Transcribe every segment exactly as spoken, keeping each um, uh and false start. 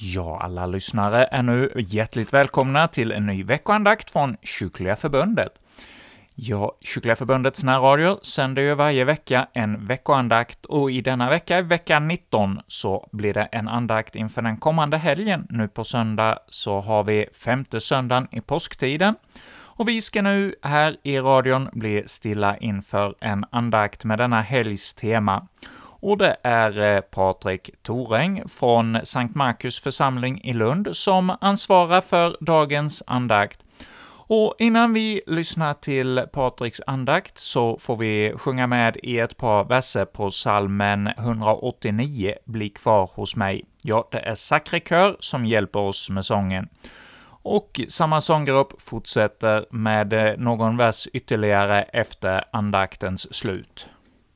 Ja, alla lyssnare är nu hjärtligt välkomna till en ny veckoandakt från Kyrkliga förbundet. Ja, Kyrkliga förbundets närradio sänder ju varje vecka en veckoandakt, och i denna vecka, vecka nitton, så blir det en andakt inför den kommande helgen. Nu på söndag så har vi femte söndagen i påsktiden, och vi ska nu här i radion bli stilla inför en andakt med denna helgs tema. Och det är Patrik Thoräng från Sankt Markus församling i Lund som ansvarar för dagens andakt. Och innan vi lyssnar till Patriks andakt så får vi sjunga med i ett par verser på psalmen hundraåttionio, Bli kvar hos mig. Ja, det är Sacré-kör som hjälper oss med sången. Och samma sånggrupp fortsätter med någon vers ytterligare efter andaktens slut.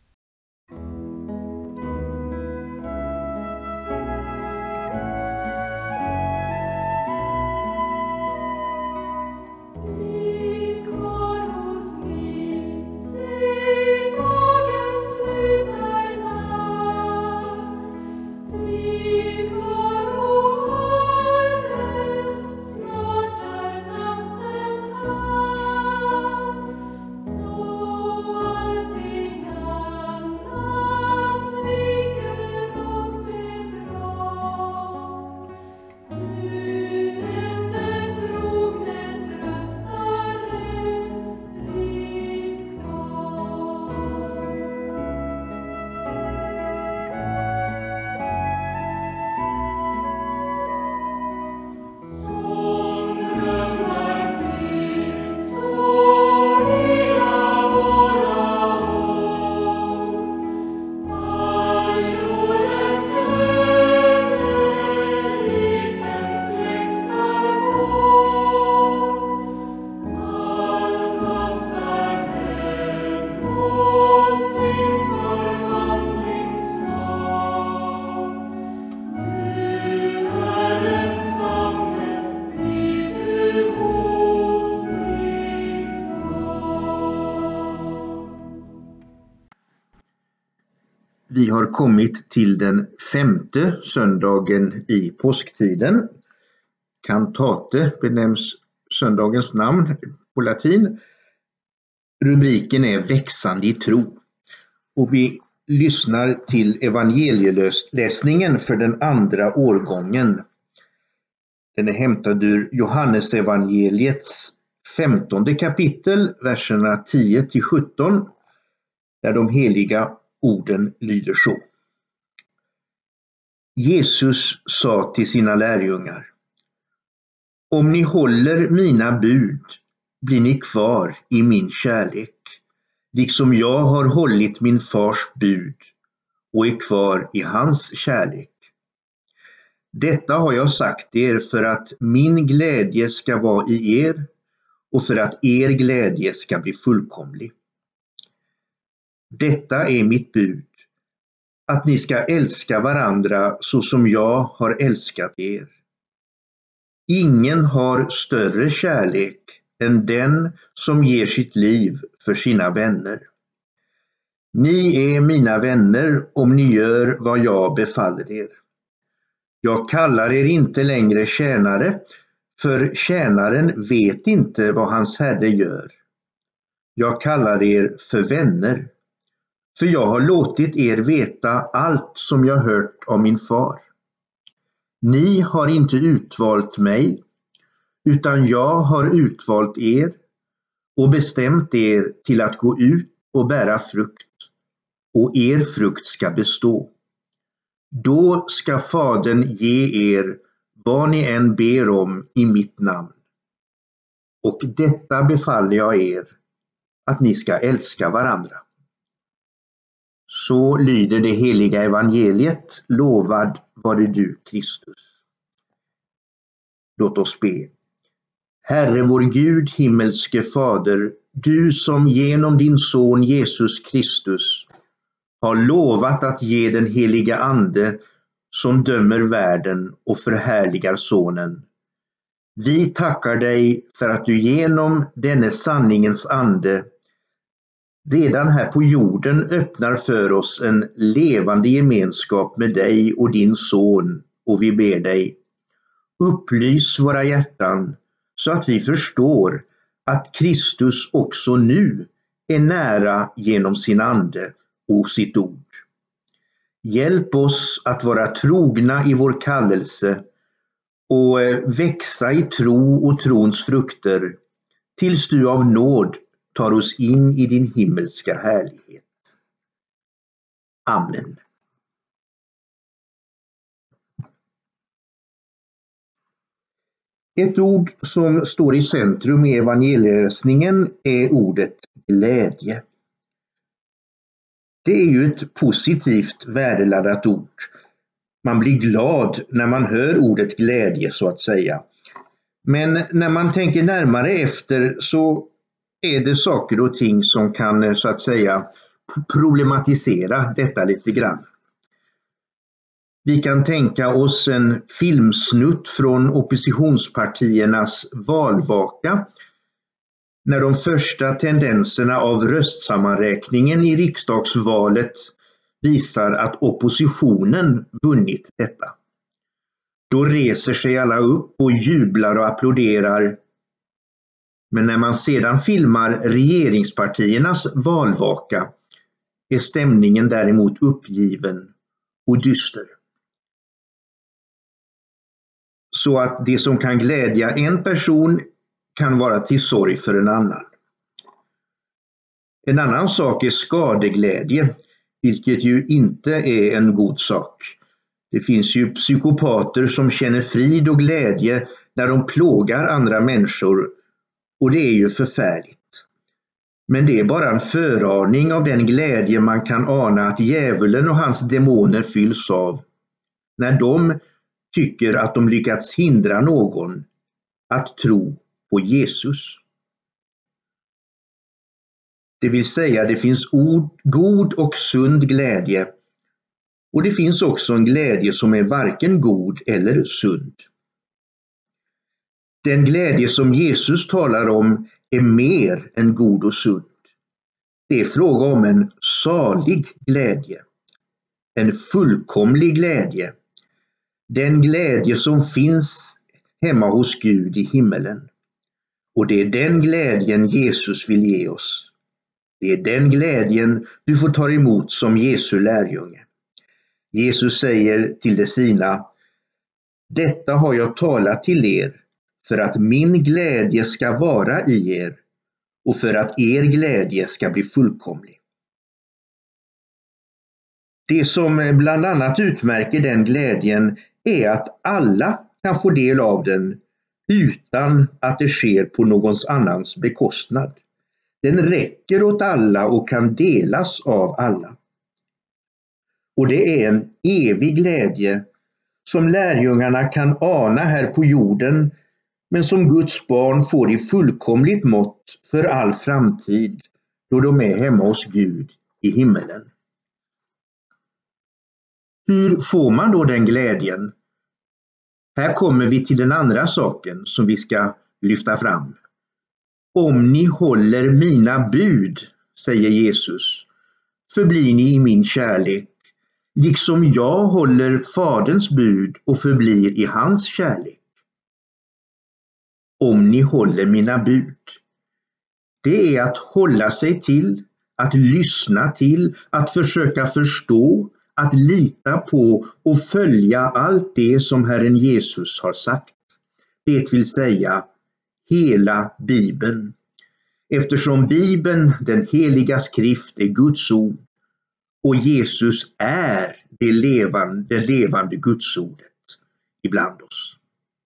Vi har kommit till den femte söndagen i påsktiden. Cantate benämns söndagens namn på latin. Rubriken är Växande i tro. Och vi lyssnar till evangelieläsningen för den andra årgången. Den är hämtad ur Johannesevangeliets femtonde kapitel, verserna tio till sjutton, där de heliga orden lyder så. Jesus sa till sina lärjungar: Om ni håller mina bud blir ni kvar i min kärlek, liksom jag har hållit min fars bud och är kvar i hans kärlek. Detta har jag sagt er för att min glädje ska vara i er och för att er glädje ska bli fullkomlig. Detta är mitt bud, att ni ska älska varandra så som jag har älskat er. Ingen har större kärlek än den som ger sitt liv för sina vänner. Ni är mina vänner om ni gör vad jag befaller er. Jag kallar er inte längre tjänare, för tjänaren vet inte vad hans herre gör. Jag kallar er för vänner, för jag har låtit er veta allt som jag hört av min far. Ni har inte utvalt mig, utan jag har utvalt er och bestämt er till att gå ut och bära frukt, och er frukt ska bestå. Då ska Fadern ge er vad ni än ber om i mitt namn. Och detta befaller jag er, att ni ska älska varandra. Så lyder det heliga evangeliet, lovad vare du Kristus. Låt oss be. Herre vår Gud, himmelske Fader, du som genom din son Jesus Kristus har lovat att ge den heliga ande som dömer världen och förhärligar sonen. Vi tackar dig för att du genom denne sanningens ande redan här på jorden öppnar för oss en levande gemenskap med dig och din son, och vi ber dig, Upplys våra hjärtan så att vi förstår att Kristus också nu är nära genom sin ande och sitt ord. Hjälp oss att vara trogna i vår kallelse och växa i tro och trons frukter tills du av nåd tar oss in i din himmelska härlighet. Amen. Ett ord som står i centrum i evangelieläsningen är ordet glädje. Det är ju ett positivt värdeladdat ord. Man blir glad när man hör ordet glädje så att säga. Men när man tänker närmare efter så är det saker och ting som kan så att säga problematisera detta lite grann. Vi kan tänka oss en filmsnutt från oppositionspartiernas valvaka när de första tendenserna av röstsammanräkningen i riksdagsvalet visar att oppositionen vunnit detta. Då reser sig alla upp och jublar och applåderar. Men när man sedan filmar regeringspartiernas valvaka är stämningen däremot uppgiven och dyster. Så att det som kan glädja en person kan vara till sorg för en annan. En annan sak är skadeglädje, vilket ju inte är en god sak. Det finns ju psykopater som känner frid och glädje när de plågar andra människor, och det är ju förfärligt. Men det är bara en föraning av den glädje man kan ana att djävulen och hans demoner fylls av när de tycker att de lyckats hindra någon att tro på Jesus. Det vill säga, det finns ord, god och sund glädje, och det finns också en glädje som är varken god eller sund. Den glädje som Jesus talar om är mer än god och sund. Det är fråga om en salig glädje, en fullkomlig glädje, den glädje som finns hemma hos Gud i himmelen. Och det är den glädjen Jesus vill ge oss. Det är den glädjen du får ta emot som Jesu lärjunge. Jesus säger till de sina: detta har jag talat till er för att min glädje ska vara i er och för att er glädje ska bli fullkomlig. Det som bland annat utmärker den glädjen är att alla kan få del av den utan att det sker på någons annans bekostnad. Den räcker åt alla och kan delas av alla. Och det är en evig glädje som lärjungarna kan ana här på jorden, men som Guds barn får i fullkomligt mått för all framtid då de är hemma hos Gud i himmelen. Hur får man då den glädjen? Här kommer vi till den andra saken som vi ska lyfta fram. Om ni håller mina bud, säger Jesus, förblir ni i min kärlek, liksom jag håller Faderns bud och förblir i hans kärlek. Om ni håller mina bud. Det är att hålla sig till, att lyssna till, att försöka förstå, att lita på och följa allt det som Herren Jesus har sagt. Det vill säga hela Bibeln. Eftersom Bibeln, den heliga skrift, är Guds ord och Jesus är det levande, det levande Gudsordet ibland oss.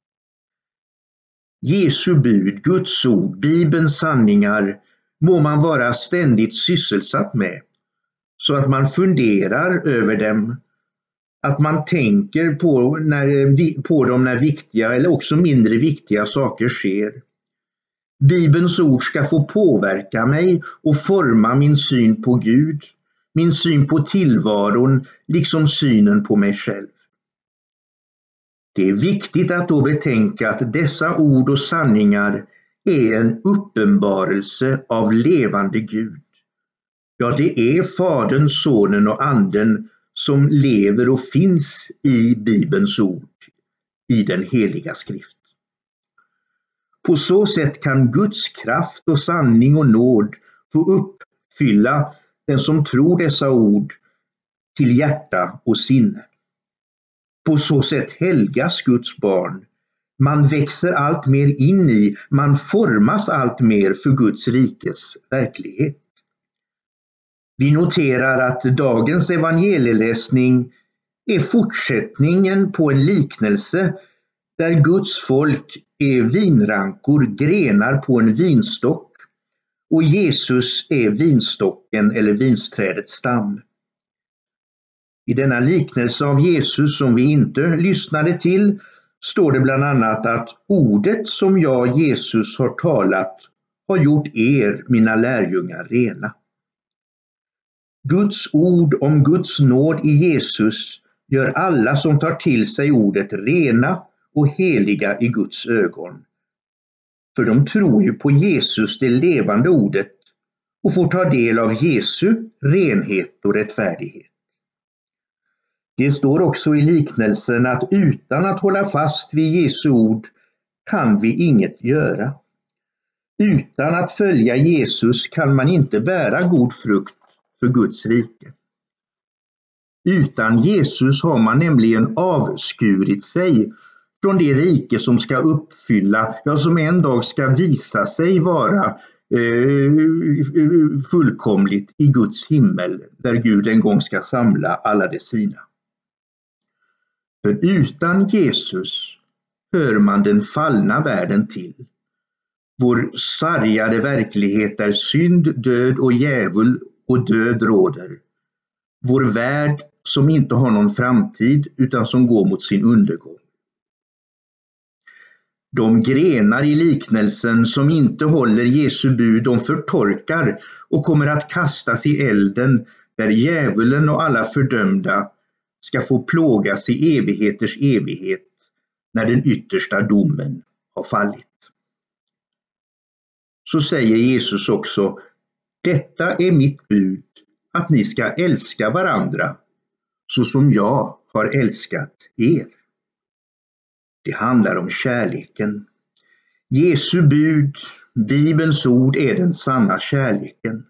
Jesu bud, Guds ord, Bibelns sanningar må man vara ständigt sysselsatt med, så att man funderar över dem, att man tänker på, när, på dem när viktiga eller också mindre viktiga saker sker. Bibelns ord ska få påverka mig och forma min syn på Gud, min syn på tillvaron, liksom synen på mig själv. Det är viktigt att då betänka att dessa ord och sanningar är en uppenbarelse av levande Gud. Ja, det är Fadern, Sonen och Anden som lever och finns i Bibelns ord, i den heliga skrift. På så sätt kan Guds kraft och sanning och nåd få uppfylla den som tror dessa ord till hjärta och sinne. På så sätt helgas Guds barn. Man växer allt mer in i, man formas allt mer för Guds rikes verklighet. Vi noterar att dagens evangelieläsning är fortsättningen på en liknelse där Guds folk är vinrankor, grenar på en vinstock, och Jesus är vinstocken eller vinsträdets stam. I denna liknelse av Jesus som vi inte lyssnade till står det bland annat att ordet som jag, Jesus, har talat har gjort er, mina lärjungar, rena. Guds ord om Guds nåd i Jesus gör alla som tar till sig ordet rena och heliga i Guds ögon. För de tror ju på Jesus, det levande ordet, och får ta del av Jesu renhet och rättfärdighet. Det står också i liknelsen att utan att hålla fast vid Jesu ord kan vi inget göra. Utan att följa Jesus kan man inte bära god frukt för Guds rike. Utan Jesus har man nämligen avskurit sig från det rike som ska uppfylla, ja, som en dag ska visa sig vara eh, fullkomligt i Guds himmel, där Gud en gång ska samla alla de sina. För utan Jesus hör man den fallna världen till. Vår sargade verklighet där synd, död och djävul och död råder. Vår värld som inte har någon framtid utan som går mot sin undergång. De grenar i liknelsen som inte håller Jesu bud, de förtorkar och kommer att kastas i elden där djävulen och alla fördömda ska få plågas i evigheters evighet när den yttersta domen har fallit. Så säger Jesus också: detta är mitt bud, att ni ska älska varandra så som jag har älskat er. Det handlar om kärleken. Jesu bud, Bibelns ord, är den sanna kärleken.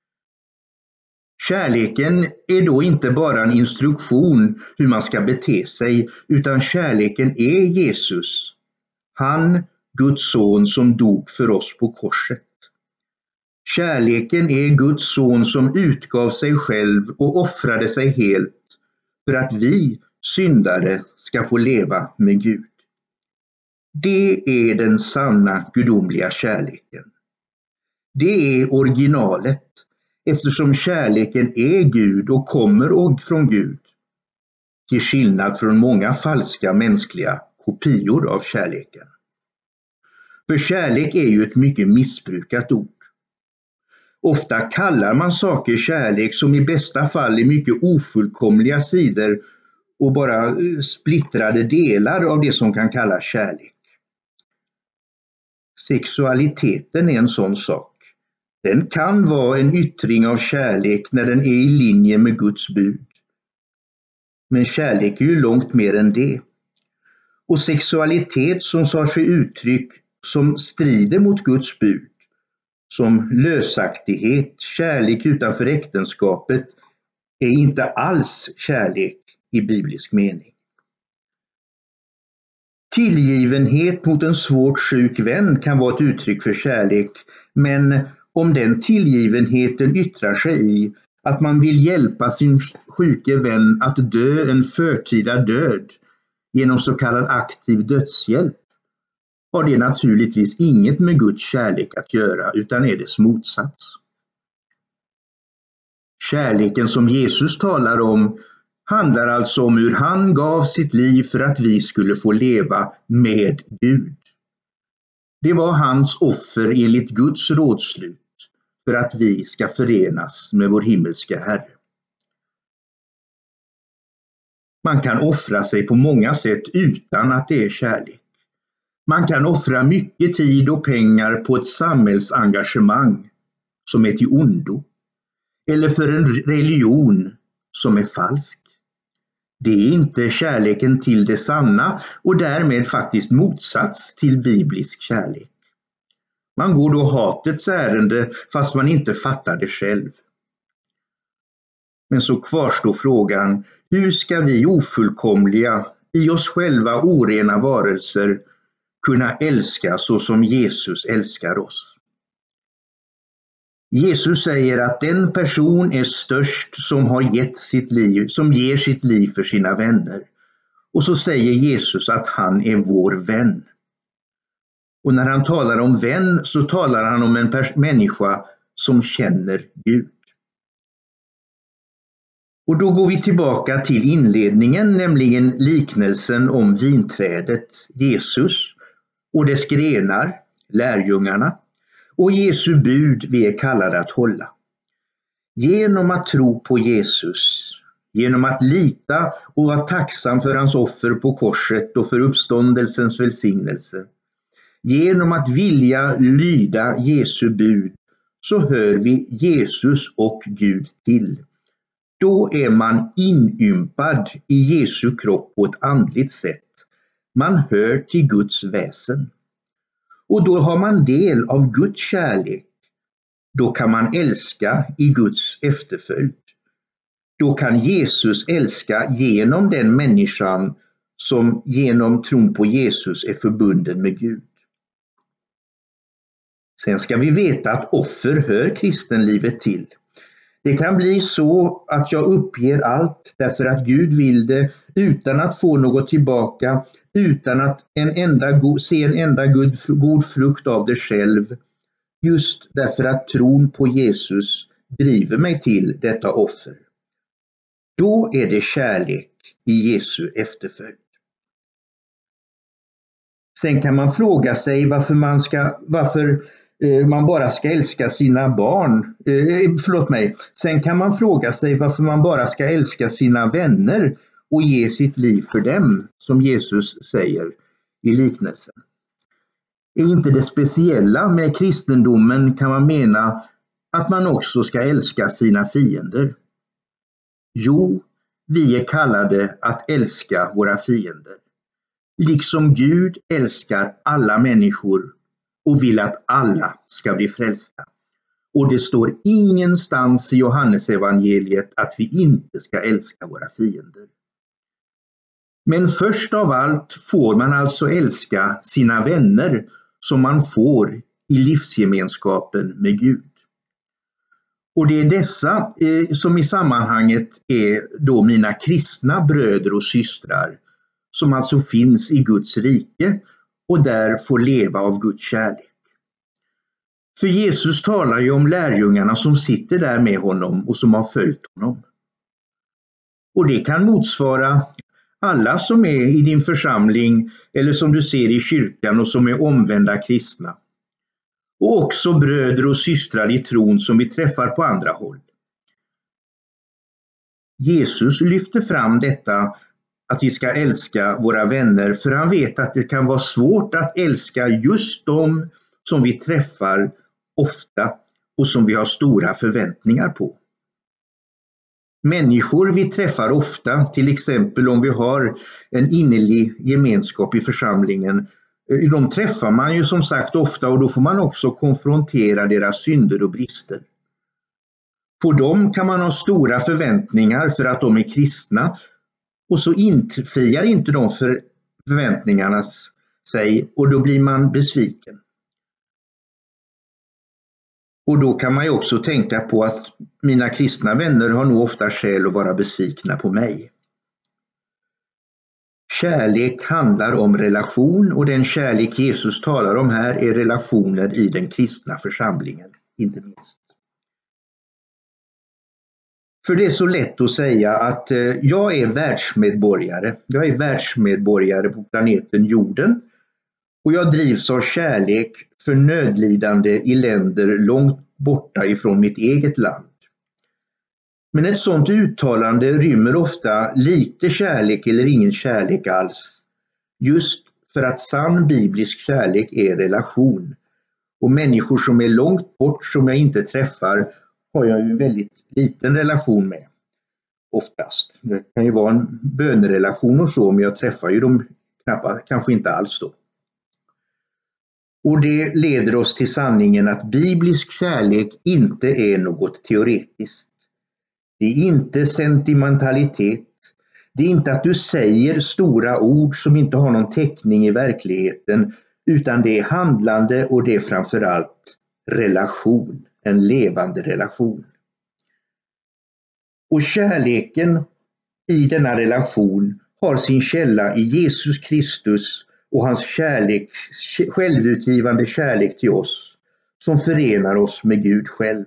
Kärleken är då inte bara en instruktion hur man ska bete sig, utan kärleken är Jesus. Han, Guds son, som dog för oss på korset. Kärleken är Guds son som utgav sig själv och offrade sig helt för att vi syndare ska få leva med Gud. Det är den sanna gudomliga kärleken. Det är originalet, eftersom kärleken är Gud och kommer från Gud, till skillnad från många falska mänskliga kopior av kärleken. För kärlek är ju ett mycket missbrukat ord. Ofta kallar man saker kärlek som i bästa fall är mycket ofullkomliga sidor och bara splittrade delar av det som kan kallas kärlek. Sexualiteten är en sån sak. Den kan vara en yttring av kärlek när den är i linje med Guds bud. Men kärlek är ju långt mer än det. Och sexualitet som tar sig uttryck som strider mot Guds bud, som lösaktighet, kärlek utanför äktenskapet, är inte alls kärlek i biblisk mening. Tillgivenhet mot en svårt sjuk vän kan vara ett uttryck för kärlek, men om den tillgivenheten yttrar sig i att man vill hjälpa sin sjuke vän att dö en förtida död genom så kallad aktiv dödshjälp, har det naturligtvis inget med Guds kärlek att göra, utan är dess motsats. Kärleken som Jesus talar om handlar alltså om hur han gav sitt liv för att vi skulle få leva med Gud. Det var hans offer enligt Guds rådslut för att vi ska förenas med vår himmelska Herre. Man kan offra sig på många sätt utan att det är kärlek. Man kan offra mycket tid och pengar på ett samhällsengagemang som är till ondo, eller för en religion som är falsk. Det är inte kärleken till det sanna och därmed faktiskt motsats till biblisk kärlek. Man går då hatets ärende fast man inte fattar det själv. Men så kvarstår frågan, hur ska vi ofullkomliga, i oss själva orena varelser, kunna älska så som Jesus älskar oss? Jesus säger att den person är störst som har gett sitt liv, som ger sitt liv för sina vänner. Och så säger Jesus att han är vår vän. Och när han talar om vän så talar han om en pers- människa som känner Gud. Och då går vi tillbaka till inledningen, nämligen liknelsen om vinträdet, Jesus och dess grenar, lärjungarna, och Jesu bud vi är kallade att hålla. Genom att tro på Jesus, genom att lita och vara tacksam för hans offer på korset och för uppståndelsens välsignelse, genom att vilja lyda Jesu bud, så hör vi Jesus och Gud till. Då är man inympad i Jesu kropp på ett andligt sätt. Man hör till Guds väsen. Och då har man del av Guds kärlek. Då kan man älska i Guds efterföljd. Då kan Jesus älska genom den människan som genom tron på Jesus är förbunden med Gud. Sen ska vi veta att offer hör kristenlivet till. Det kan bli så att jag uppger allt därför att Gud vill det utan att få något tillbaka, utan att en enda go- se en enda god, god frukt av det själv. Just därför att tron på Jesus driver mig till detta offer. Då är det kärlek i Jesu efterföljd. Sen kan man fråga sig varför man ska, varför eh, man bara ska älska sina barn. Eh, förlåt mig. Sen kan man fråga sig varför man bara ska älska sina vänner och ge sitt liv för dem, som Jesus säger i liknelsen. Är inte det speciella med kristendomen, kan man mena, att man också ska älska sina fiender? Jo, vi är kallade att älska våra fiender. Liksom Gud älskar alla människor och vill att alla ska bli frälsta. Och det står ingenstans i Johannesevangeliet att vi inte ska älska våra fiender. Men först av allt får man alltså älska sina vänner som man får i livsgemenskapen med Gud. Och det är dessa eh, som i sammanhanget är då mina kristna bröder och systrar, som alltså finns i Guds rike och där får leva av Guds kärlek. För Jesus talar ju om lärjungarna som sitter där med honom och som har följt honom. Och det kan motsvara alla som är i din församling eller som du ser i kyrkan och som är omvända kristna. Och också bröder och systrar i tron som vi träffar på andra håll. Jesus lyfter fram detta att vi ska älska våra vänner, för han vet att det kan vara svårt att älska just dem som vi träffar ofta och som vi har stora förväntningar på. Människor vi träffar ofta, till exempel om vi har en innerlig gemenskap i församlingen, de träffar man ju som sagt ofta och då får man också konfrontera deras synder och brister. På dem kan man ha stora förväntningar för att de är kristna och så infriar inte de förväntningarna sig och då blir man besviken. Och då kan man ju också tänka på att mina kristna vänner har nog ofta skäl att vara besvikna på mig. Kärlek handlar om relation och den kärlek Jesus talar om här är relationer i den kristna församlingen, inte minst. För det är så lätt att säga att jag är världsmedborgare. Jag är världsmedborgare på planeten jorden och jag drivs av kärlek för nödlidande i länder långt borta ifrån mitt eget land. Men ett sådant uttalande rymmer ofta lite kärlek eller ingen kärlek alls. Just för att sann biblisk kärlek är relation. Och människor som är långt bort som jag inte träffar har jag ju en väldigt liten relation med. oftast. Det kan ju vara en bönerelation och så, men jag träffar ju dem knappast, kanske inte alls då. Och det leder oss till sanningen att biblisk kärlek inte är något teoretiskt. Det är inte sentimentalitet. Det är inte att du säger stora ord som inte har någon täckning i verkligheten, utan det är handlande och det är framförallt relation, en levande relation. Och kärleken i denna relation har sin källa i Jesus Kristus och hans kärlek, självutgivande kärlek till oss som förenar oss med Gud själv.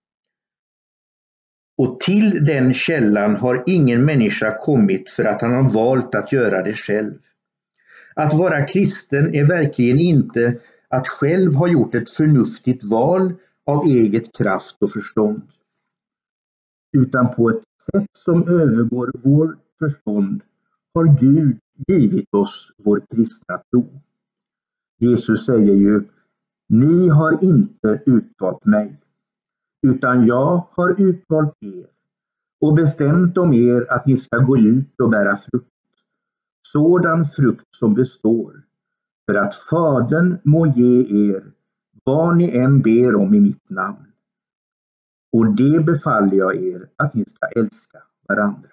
Och till den källan har ingen människa kommit för att han har valt att göra det själv. Att vara kristen är verkligen inte att själv ha gjort ett förnuftigt val av eget kraft och förstånd, utan på ett sätt som övergår vår förstånd har Gud givit oss vår kristna tro. Jesus säger ju: ni har inte utvalt mig, utan jag har utvalt er och bestämt om er att ni ska gå ut och bära frukt, sådan frukt som består, för att Fadern må ge er vad ni än ber om i mitt namn. Och det befaller jag er, att ni ska älska varandra.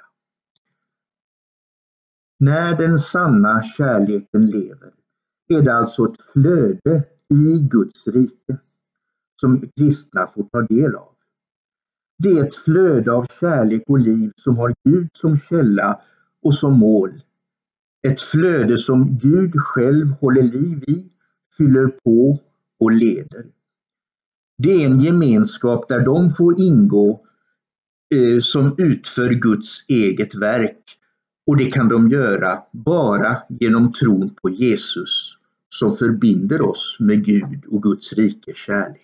När den sanna kärleken lever är det alltså ett flöde i Guds rike som kristna får ta del av. Det är ett flöde av kärlek och liv som har Gud som källa och som mål. Ett flöde som Gud själv håller liv i, fyller på och leder. Det är en gemenskap där de får ingå eh, som utför Guds eget verk. Och det kan de göra bara genom tron på Jesus som förbinder oss med Gud och Guds rike kärlek.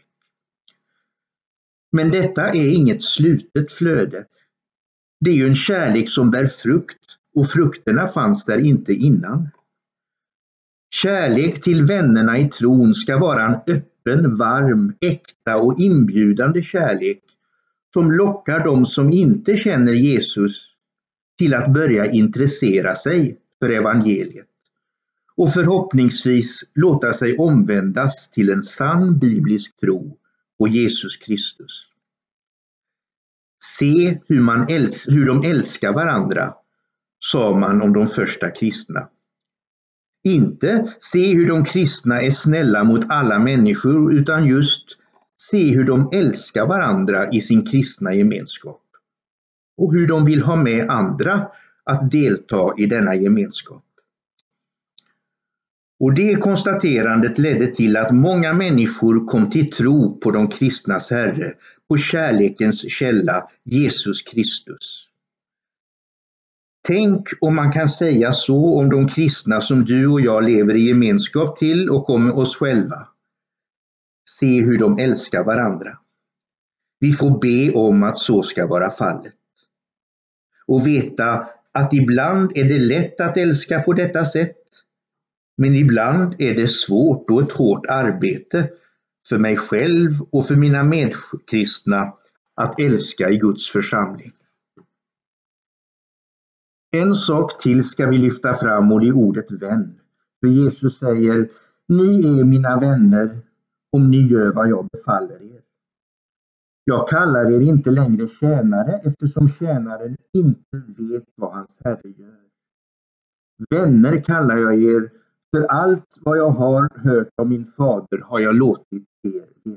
Men detta är inget slutet flöde. Det är ju en kärlek som bär frukt, och frukterna fanns där inte innan. Kärlek till vännerna i tron ska vara en öppen, varm, äkta och inbjudande kärlek som lockar de som inte känner Jesus till att börja intressera sig för evangeliet och förhoppningsvis låta sig omvändas till en sann biblisk tro på Jesus Kristus. Se hur, man äls- hur de älskar varandra, sa man om de första kristna. Inte se hur de kristna är snälla mot alla människor, utan just se hur de älskar varandra i sin kristna gemenskap och hur de vill ha med andra att delta i denna gemenskap. Och det konstaterandet ledde till att många människor kom till tro på de kristnas Herre, på kärlekens källa Jesus Kristus. Tänk om man kan säga så om de kristna som du och jag lever i gemenskap till och om oss själva. Se hur de älskar varandra. Vi får be om att så ska vara fallet. Och veta att ibland är det lätt att älska på detta sätt, men ibland är det svårt och ett hårt arbete för mig själv och för mina medkristna att älska i Guds församling. En sak till ska vi lyfta fram, och det är ordet vän. För Jesus säger: ni är mina vänner om ni gör vad jag befaller er. Jag kallar er inte längre tjänare, eftersom tjänaren inte vet vad hans herre gör. Vänner kallar jag er, för allt vad jag har hört om min fader har jag låtit er veta.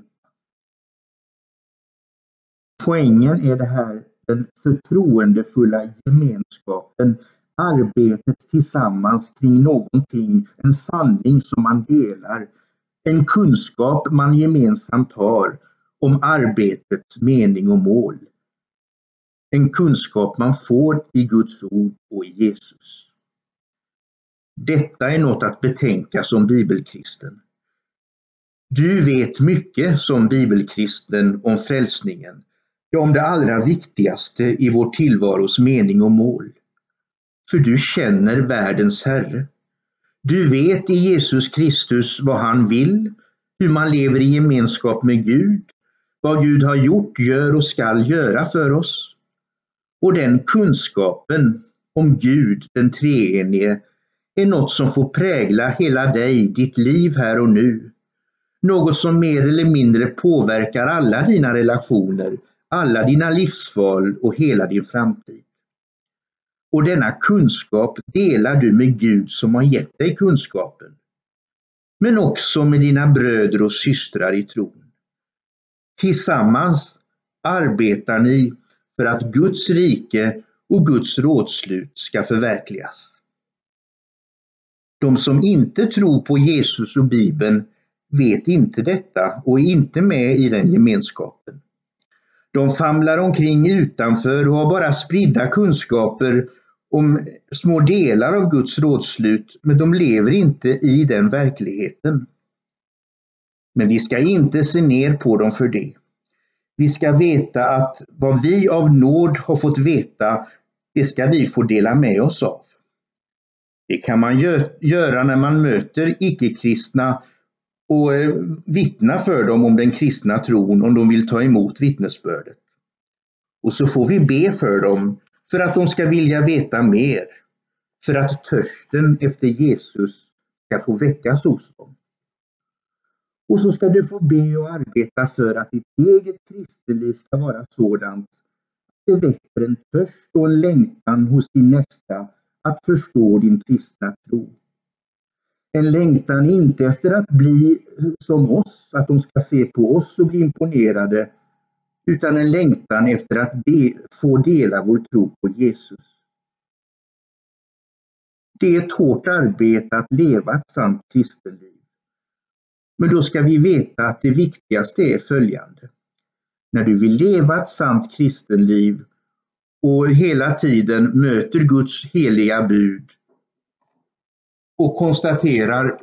Poängen är det här, den förtroendefulla gemenskapen, arbetet tillsammans kring någonting, en sanning som man delar, en kunskap man gemensamt har om arbetets mening och mål. En kunskap man får i Guds ord och i Jesus. Detta är något att betänka som bibelkristen. Du vet mycket som bibelkristen om frälsningen, ja, om det allra viktigaste i vår tillvaros mening och mål. För du känner världens Herre. Du vet i Jesus Kristus vad han vill, hur man lever i gemenskap med Gud, vad Gud har gjort, gör och skall göra för oss. Och den kunskapen om Gud, den treenige, är något som får prägla hela dig, ditt liv här och nu. Något som mer eller mindre påverkar alla dina relationer, alla dina livsval och hela din framtid. Och denna kunskap delar du med Gud som har gett dig kunskapen. Men också med dina bröder och systrar i tron. Tillsammans arbetar ni för att Guds rike och Guds rådslut ska förverkligas. De som inte tror på Jesus och Bibeln vet inte detta och är inte med i den gemenskapen. De famlar omkring utanför och har bara spridda kunskaper om små delar av Guds rådslut, men de lever inte i den verkligheten. Men vi ska inte se ner på dem för det. Vi ska veta att vad vi av nåd har fått veta, det ska vi få dela med oss av. Det kan man göra när man möter icke-kristna och vittna för dem om den kristna tron om de vill ta emot vittnesbördet. Och så får vi be för dem för att de ska vilja veta mer, för att törsten efter Jesus ska få väckas hos dem. Och så ska du få be och arbeta för att ditt eget kristliv ska vara sådant att det väcker en törst och en längtan hos din nästa att förstå din kristna tro. En längtan inte efter att bli som oss, att de ska se på oss och bli imponerade, utan en längtan efter att de, få dela vår tro på Jesus. Det är ett hårt arbete att leva ett sant kristenliv. Men då ska vi veta att det viktigaste är följande. När du vill leva ett sant kristenliv och hela tiden möter Guds heliga bud och konstaterar,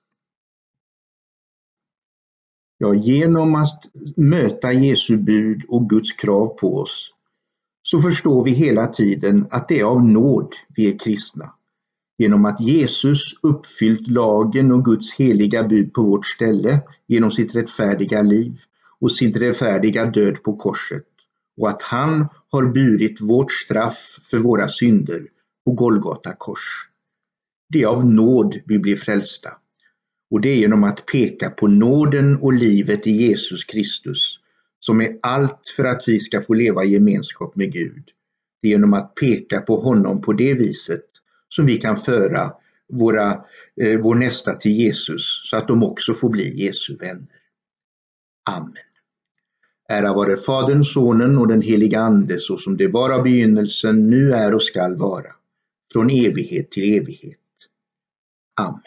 ja, genom att möta Jesu bud och Guds krav på oss, så förstår vi hela tiden att det är av nåd vi är kristna. Genom att Jesus uppfyllt lagen och Guds heliga bud på vårt ställe genom sitt rättfärdiga liv och sin rättfärdiga död på korset. Och att han har burit vårt straff för våra synder på Golgata kors. Det är av nåd vi blir frälsta. Och det är genom att peka på nåden och livet i Jesus Kristus som är allt för att vi ska få leva i gemenskap med Gud. Det är genom att peka på honom på det viset som vi kan föra våra, eh, vår nästa till Jesus så att de också får bli Jesu vänner. Amen. Ära vare Fadern, Sonen och den heliga Ande så som det var av begynnelsen, nu är och skall vara, från evighet till evighet. Amen.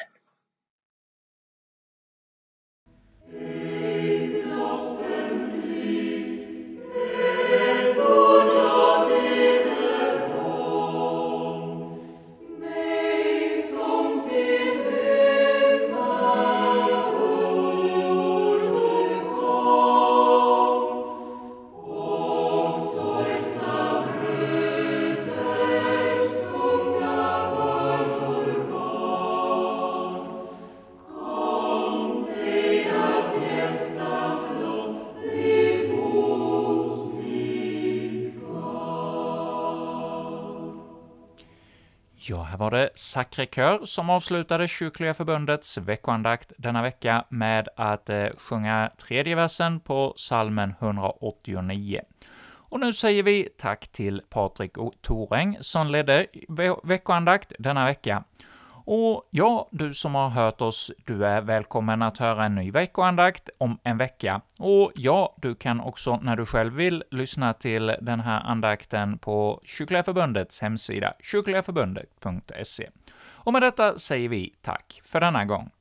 Ja, här var det Sacré-Cœur som avslutade Kyrkliga förbundets veckoandakt denna vecka med att eh, sjunga tredje versen på psalmen hundraåttionio. Och nu säger vi tack till Patrik Thoräng som ledde ve- veckoandakt denna vecka. Och ja, du som har hört oss, du är välkommen att höra en ny veckoandakt om en vecka. Och ja, du kan också när du själv vill lyssna till den här andakten på Kyrkliga förbundets hemsida, kyrkligaförbundet punkt se. Och med detta säger vi tack för denna gång.